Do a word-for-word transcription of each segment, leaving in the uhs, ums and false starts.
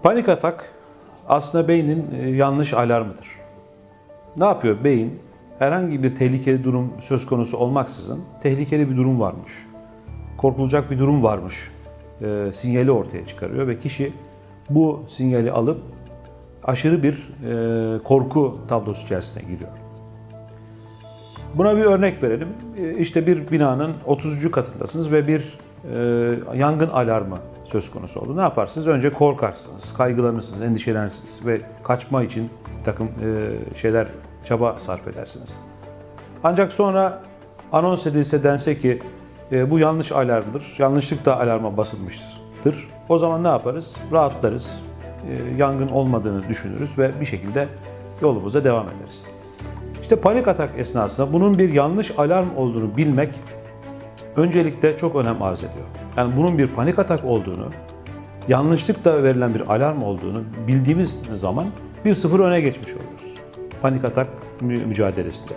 Panik atak aslında beynin yanlış alarmıdır. Ne yapıyor beyin? Herhangi bir tehlikeli durum söz konusu olmaksızın tehlikeli bir durum varmış, korkulacak bir durum varmış e, sinyali ortaya çıkarıyor ve kişi bu sinyali alıp aşırı bir e, korku tablosu içerisine giriyor. Buna bir örnek verelim. E, işte bir binanın otuzuncu katındasınız ve bir e, yangın alarmı söz konusu oldu. Ne yaparsınız? Önce korkarsınız, kaygılanırsınız, endişelenirsiniz ve kaçma için bir takım e, şeyler, çaba sarf edersiniz. Ancak sonra anons edilse dense ki e, bu yanlış alarmdır, yanlışlıkla alarma basılmıştır. O zaman ne yaparız? Rahatlarız, e, yangın olmadığını düşünürüz ve bir şekilde yolumuza devam ederiz. İşte panik atak esnasında bunun bir yanlış alarm olduğunu bilmek öncelikle çok önem arz ediyor. Yani bunun bir panik atak olduğunu, yanlışlıkla verilen bir alarm olduğunu bildiğimiz zaman bir sıfır öne geçmiş oluyoruz panik atak mü- mücadelesinde.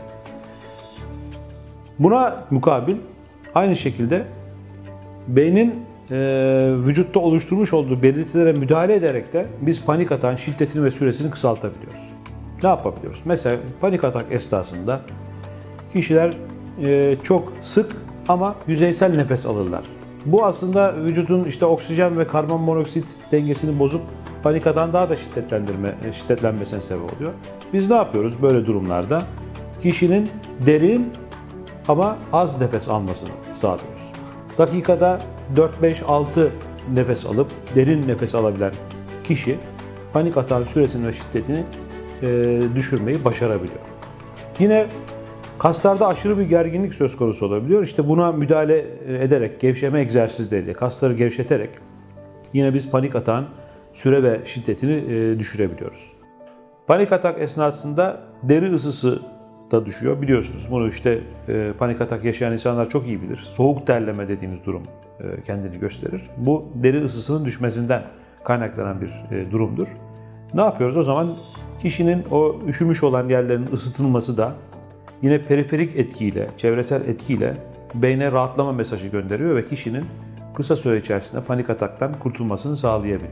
Buna mukabil aynı şekilde beynin e, vücutta oluşturmuş olduğu belirtilere müdahale ederek de biz panik atağın şiddetini ve süresini kısaltabiliyoruz. Ne yapabiliyoruz? Mesela panik atak esnasında kişiler e, çok sık ama yüzeysel nefes alırlar. Bu aslında vücudun işte oksijen ve karbon monoksit dengesini bozup panik atağın daha da şiddetlendirme, şiddetlenmesine sebep oluyor. Biz ne yapıyoruz böyle durumlarda? Kişinin derin ama az nefes almasını sağlıyoruz. Dakikada dört beş altı nefes alıp derin nefes alabilen kişi panik atağın süresini ve şiddetini e, düşürmeyi başarabiliyor. Yine kaslarda aşırı bir gerginlik söz konusu olabiliyor. İşte buna müdahale ederek, gevşeme egzersizleriyle, kasları gevşeterek yine biz panik atağın süre ve şiddetini e, düşürebiliyoruz. Panik atak esnasında deri ısısı da düşüyor. Biliyorsunuz bunu işte e, panik atak yaşayan insanlar çok iyi bilir. Soğuk terleme dediğimiz durum e, kendini gösterir. Bu deri ısısının düşmesinden kaynaklanan bir e, durumdur. Ne yapıyoruz? O zaman kişinin o üşümüş olan yerlerinin ısıtılması da yine periferik etkiyle, çevresel etkiyle beyne rahatlama mesajı gönderiyor ve kişinin kısa süre içerisinde panik ataktan kurtulmasını sağlayabiliyor.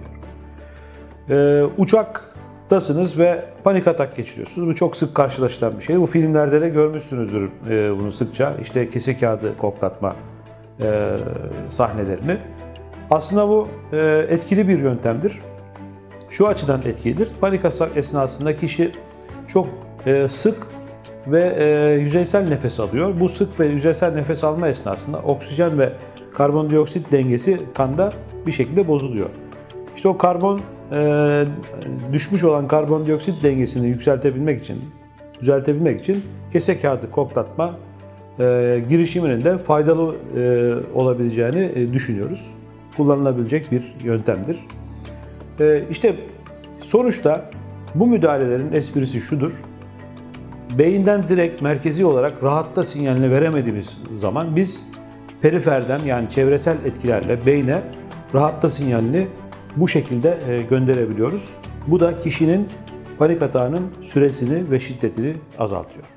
Ee, uçaktasınız ve panik atak geçiriyorsunuz. Bu çok sık karşılaşılan bir şey. Bu filmlerde de görmüşsünüzdür e, bunu sıkça. İşte kese kağıdı koklatma e, sahnelerini. Aslında bu e, etkili bir yöntemdir. Şu açıdan etkilidir. Panik atak esnasında kişi çok e, sık ve e, yüzeysel nefes alıyor. Bu sık ve yüzeysel nefes alma esnasında oksijen ve karbondioksit dengesi kanda bir şekilde bozuluyor. İşte o karbon e, düşmüş olan karbondioksit dengesini yükseltebilmek için, düzeltebilmek için kese kağıdı koklatma e, girişiminin de faydalı e, olabileceğini e, düşünüyoruz. Kullanılabilecek bir yöntemdir. E, işte sonuçta bu müdahalelerin esprisi şudur. Beyinden direkt merkezi olarak rahatla sinyalini veremediğimiz zaman biz periferden yani çevresel etkilerle beyne rahatla sinyalini bu şekilde gönderebiliyoruz. Bu da kişinin panik atağının süresini ve şiddetini azaltıyor.